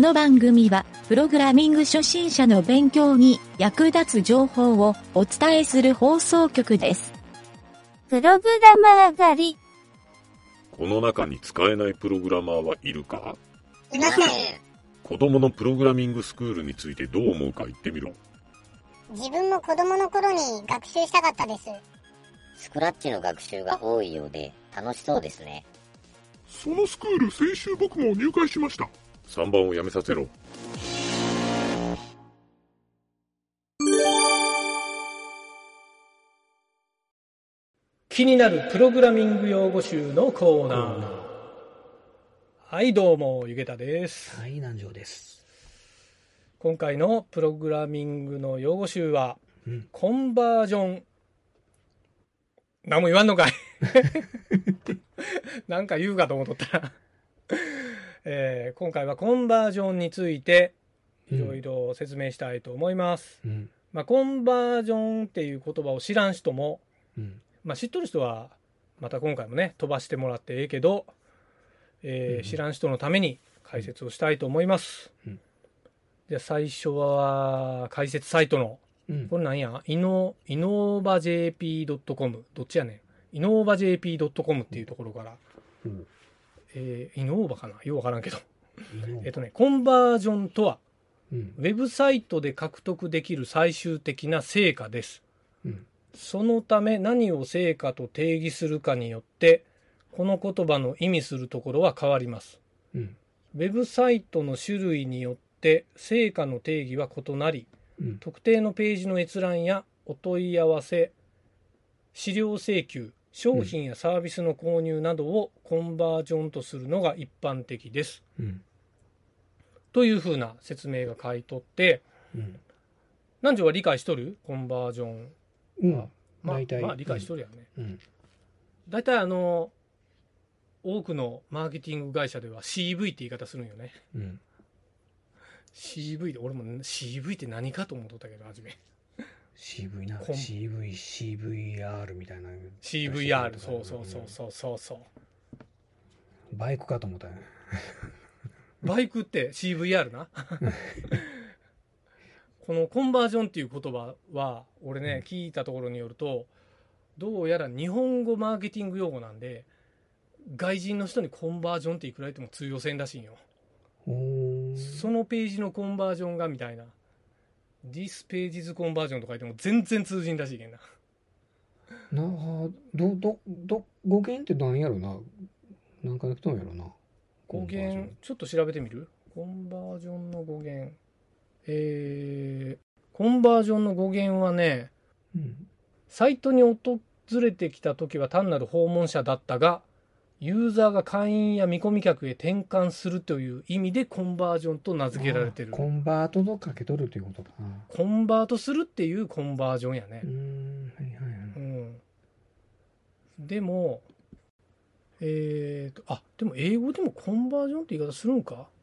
の番組は、プログラミング初心者の勉強に役立つ情報をお伝えする放送局です。 プログラマー狩り。 この中に使えないプログラマーはいるか？ いません。 子供のプログラミングスクールについてどう思うか言ってみろ。 自分も子供の頃に学習したかったです。 スクラッチの学習が多いようで楽しそうですね。 そのスクール先週僕も入会しました。 3番をやめさせろ。 気になるプログラミング用語集のコーナー。はい、どうもゆげたです。 はい、南條です。 今回のプログラミングの用語集は、コンバージョン。何も言わんのかいなんか言うかと思っとったら今回はコンバージョンについていろいろ説明したいと思います。コンバージョンっていう言葉を知らん人も、知っとる人はまた今回もね飛ばしてもらってええけど、知らん人のために解説をしたいと思います。じゃあ最初は解説サイトの、これなんやイノーバ JP.com どっちやねん、イノーバ JP.com っていうところから、イノーバかなようわからんけどコンバージョンとは、ウェブサイトで獲得できる最終的な成果です。そのため何を成果と定義するかによってこの言葉の意味するところは変わります。ウェブサイトの種類によって成果の定義は異なり、特定のページの閲覧やお問い合わせ、資料請求、商品やサービスの購入などをコンバージョンとするのが一般的です。というふうな説明が書いとって、南條は理解しとる？コンバージョン。大体理解しとるやんね。大体多くのマーケティング会社では CV って言い方するんよね。CV で俺も CV って何かと思っとったけど初め。 CV な、CVR みたいな。 CVR、そう。 バイクかと思ったね。 バイクって CVR な。このコンバージョンっていう言葉は俺ね、聞いたところによるとどうやら日本語マーケティング用語なんで外人の人にコンバージョンっていくら言っても通用せんらしいんよ。そのページのコンバージョンがみたいな This pages コンバージョンとか言っても全然通じんらしいけんな。 語源って何やろな、何回来たんやろな。 語源ちょっと調べてみる？コンバージョンの語源、コンバージョンの語源はね、サイトに訪れてきた時は単なる訪問者だったがユーザーが会員や見込み客へ転換するという意味でコンバージョンと名付けられてる。 コンバートとかけ取るということかな。 コンバートするっていうコンバージョンやね。でもでも英語でもコンバージョンって言い方するんか。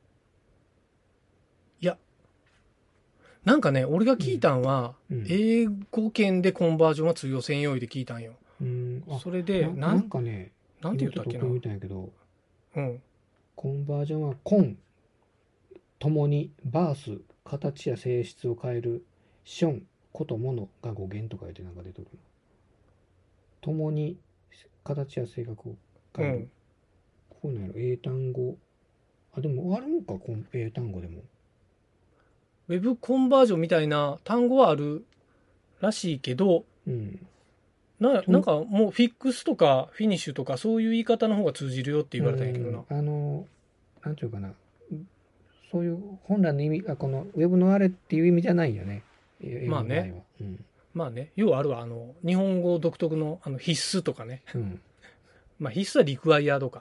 いやなんかね俺が聞いたんは、英語圏でコンバージョンは通用専用意で聞いたんよ。それでなんかね、 なんて言ったっけな。 みたいやけど、コンバージョンはコンともにバース形や性質を変えるションことものが語源とか言ってなんか出てくる。ともに形や性格を変える。こういうのやろ英単語。でもあるんか英単語でも。 ウェブコンバージョンみたいな単語はあるらしいけど、なんかもうフィックスとかフィニッシュとかそういう言い方の方が通じるよって言われたんやけどな。 なんていうかな、そういう本来の意味がこのウェブのあれっていう意味じゃないよね。 まあね、要はあるわ日本語独特の必須とかね。必須はリクワイアードか。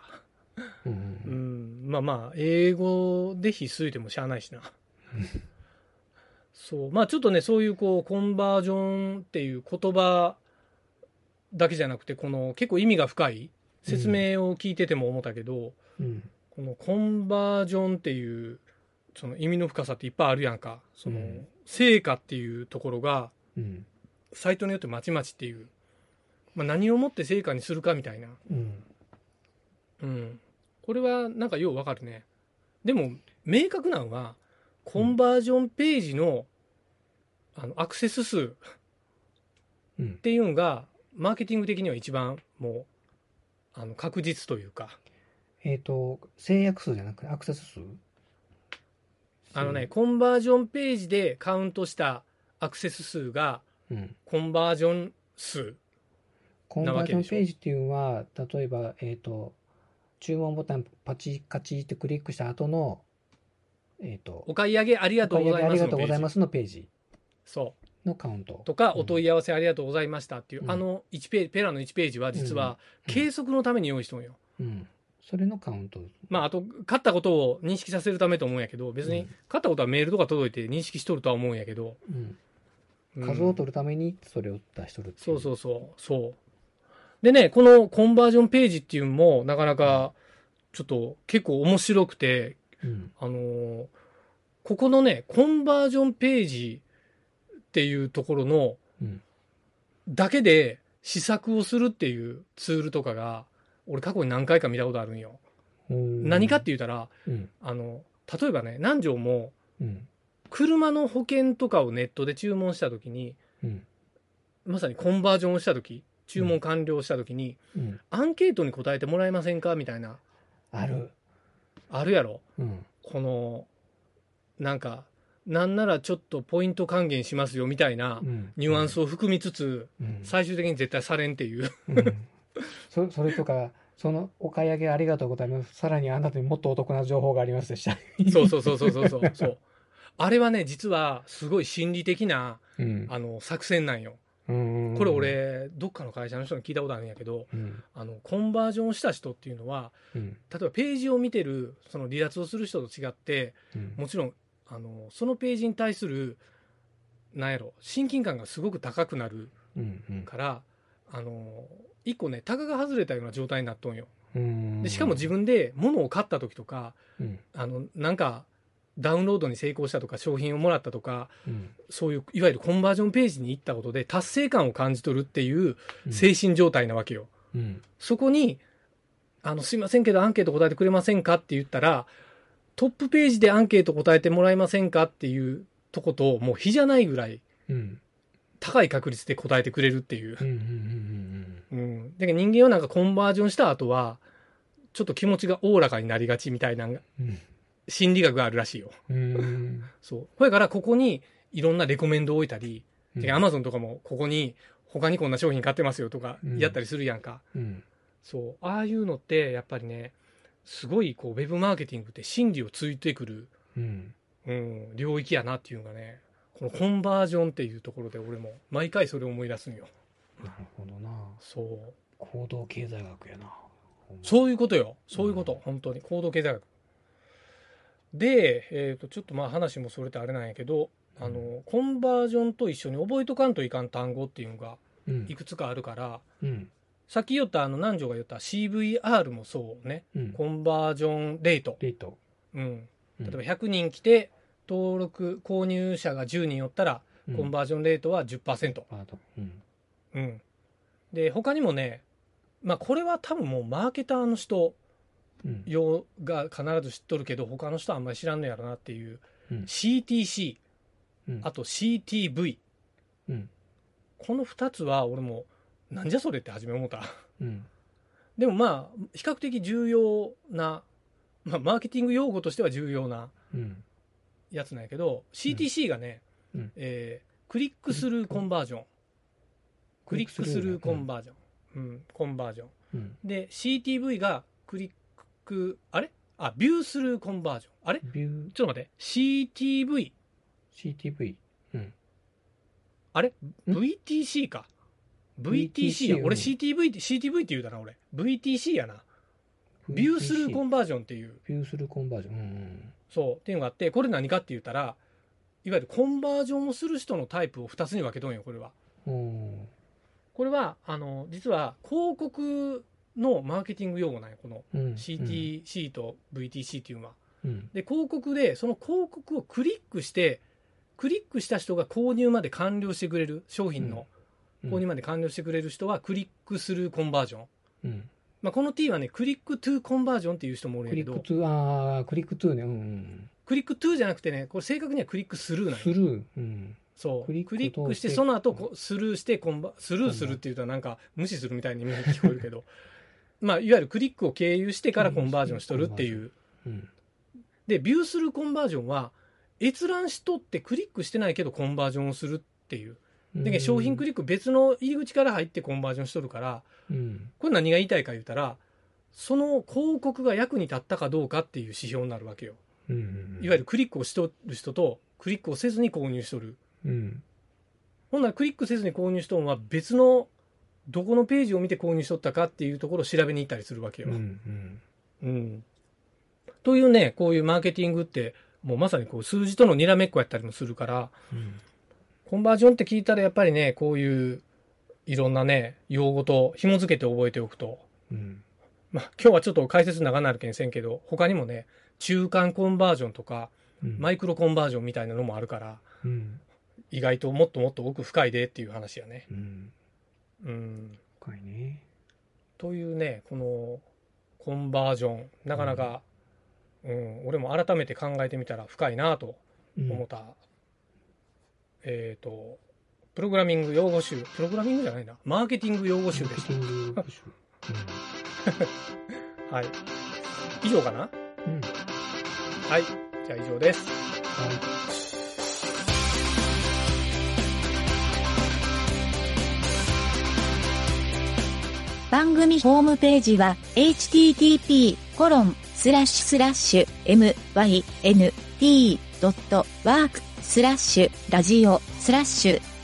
英語で必須言ってもしゃあないしな。そうちょっとねそういうコンバージョンっていう言葉だけじゃなくてこの結構意味が深い説明を聞いてても思ったけど、このコンバージョンっていうその意味の深さっていっぱいあるやんか。その成果っていうところが、サイトによってまちまちっていう、何をもって成果にするかみたいな、これはなんかようわかるね。 でも明確なのはコンバージョンページの、アクセス数っていうのがマーケティング的には一番もう確実というか、 制約数じゃなくてアクセス数？ コンバージョンページでカウントしたアクセス数が、コンバージョン数コンバージョンページっていうのは、例えば、注文ボタンパチカチってクリックした後の、 お買い上げありがとうございますのページ。 ありがとうございますのページ。 そうのカウント。 とか、お問い合わせありがとうございましたっていう、1ページ、ペラの1ページは実は計測のために用意しとんよ。 それのカウント。 あと、買ったことを認識させるためと思うんやけど、別に買ったことはメールとか届いて認識しとるとは思うんやけど、 数を取るためにそれを出しとるっていう。 そう。でね、このコンバージョンページっていうのもなかなかちょっと結構面白くて、ここのね、コンバージョンページっていうところの、だけで試作をするっていうツールとかが、俺過去に何回か見たことあるんよ。何かって言ったら、例えばね、南條も、車の保険とかをネットで注文したときに、まさにコンバージョンをしたとき、注文完了したときに、アンケートに答えてもらえませんかみたいな。あるやろ。この、なんならちょっとポイント還元しますよみたいなニュアンスを含みつつ、最終的に絶対されんっていう。 それとか、そのお買い上げありがとうございます。さらにあなたにもっとお得な情報がありますでした。 そう。あれはね、実はすごい心理的な、作戦なんよ。これ俺、どっかの会社の人に聞いたことあるんやけど、コンバージョンした人っていうのは、例えばページを見てる、その離脱をする人と違って、もちろん、そのページに対する、親近感がすごく高くなるから、一個ね、タガが外れたような状態になっとんよ。でしかも自分で物を買った時とか、ダウンロードに成功したとか商品をもらったとか、そういういわゆるコンバージョンページに行ったことで達成感を感じ取るっていう精神状態なわけよ。そこにすいませんけどアンケート答えてくれませんかって言ったら、トップページでアンケート答えてもらえませんかっていうとこともう比じゃないぐらい高い確率で答えてくれるっていう。だけど人間はコンバージョンした後はちょっと気持ちがおおらかになりがちみたいな心理学があるらしいよ。そう。これからここにいろんなレコメンドを置いたり、アマゾンとかもここに他にこんな商品買ってますよとかやったりするやんか。そう。ああいうのってやっぱりね、すごいウェブマーケティングって心理をついてくる、領域やなっていうのがね、このコンバージョンっていうところで俺も毎回それを思い出すんよ。 なるほどな。 そう。 行動経済学やな。 そういうことよ。そういうこと。本当に。行動経済学。で、ちょっと話もそれてあれなんやけど、コンバージョンと一緒に覚えとかんといかん単語っていうのがいくつかあるから、さっき言った南條が言った CVR もそうね、コンバージョンレート。例えば100人来て購入者が10人おったら、コンバージョンレートは 10%。で、他にもね、これは多分もうマーケターの人用が必ず知っとるけど、他の人はあんまり知らんのやろなっていう、CTC、あと CTV、この2つは俺もなんじゃそれって初め思った、でも比較的重要な、マーケティング用語としては重要なやつなんやけど、CTC がね、クリックスルーコンバージョン、クリックスルーコンバージョン、コンバージョン、で CTV がクリックビュースルーコンバージョン、ちょっと待って、 CTV、 VTC か、 VTC や、俺 CTV って言うたな、俺 VTC やな、ビュースルーコンバージョンっていう、 ビュースルーコンバージョン、 そうっていうのがあって、これ何かって言ったら、いわゆるコンバージョンをする人のタイプを2つに分けとんよ、これは。これは実は広告のマーケティング用語なんよ、この CTC と VTC っていうのは。で、広告でその広告をクリックした人が購入まで完了してくれる、商品の購入まで完了してくれる人はクリックスルーコンバージョン。 まあ、この T はね、クリックトゥコンバージョンっていう人もおるんやけど、 クリックトゥね。うん。 クリックトゥじゃなくてね、これ正確にはクリックスルーなんや。 スルー。うん。 そう。 クリックして、その後スルーしてスルーするっていうとなんか無視するみたいに聞こえるけど、まあ、いわゆるクリックを経由してからコンバージョンしとるっていう。 うん、 で、ビュースルーコンバージョンは、閲覧しとってクリックしてないけどコンバージョンをするっていう。で、商品クリック別の入り口から入ってコンバージョンしとるから、これ何が言いたいか言ったら、その広告が役に立ったかどうかっていう指標になるわけよ。いわゆるクリックをしとる人と、クリックをせずに購入しとる。ほんならクリックせずに購入しとるのは別のどこのページを見て購入しとったかっていうところを調べに行ったりするわけよ。というね、こういうマーケティングってもうまさにこう数字とのにらめっこやったりもするから、コンバージョンって聞いたらやっぱりね、こういういろんなね用語と紐付けて覚えておくと、まあ今日はちょっと解説長なるけんせんけど、他にもね中間コンバージョンとか、マイクロコンバージョンみたいなのもあるから、意外ともっともっと奥深いでっていう話やね。 深いね。というね、このコンバージョンなかなか、俺も改めて考えてみたら深いなと思った、プログラミング用語集、プログラミングじゃないな、マーケティング用語集でした。はい。以上かな？はい。じゃあ以上です。 番組ホームページは http://myn.t.work/ラジオ/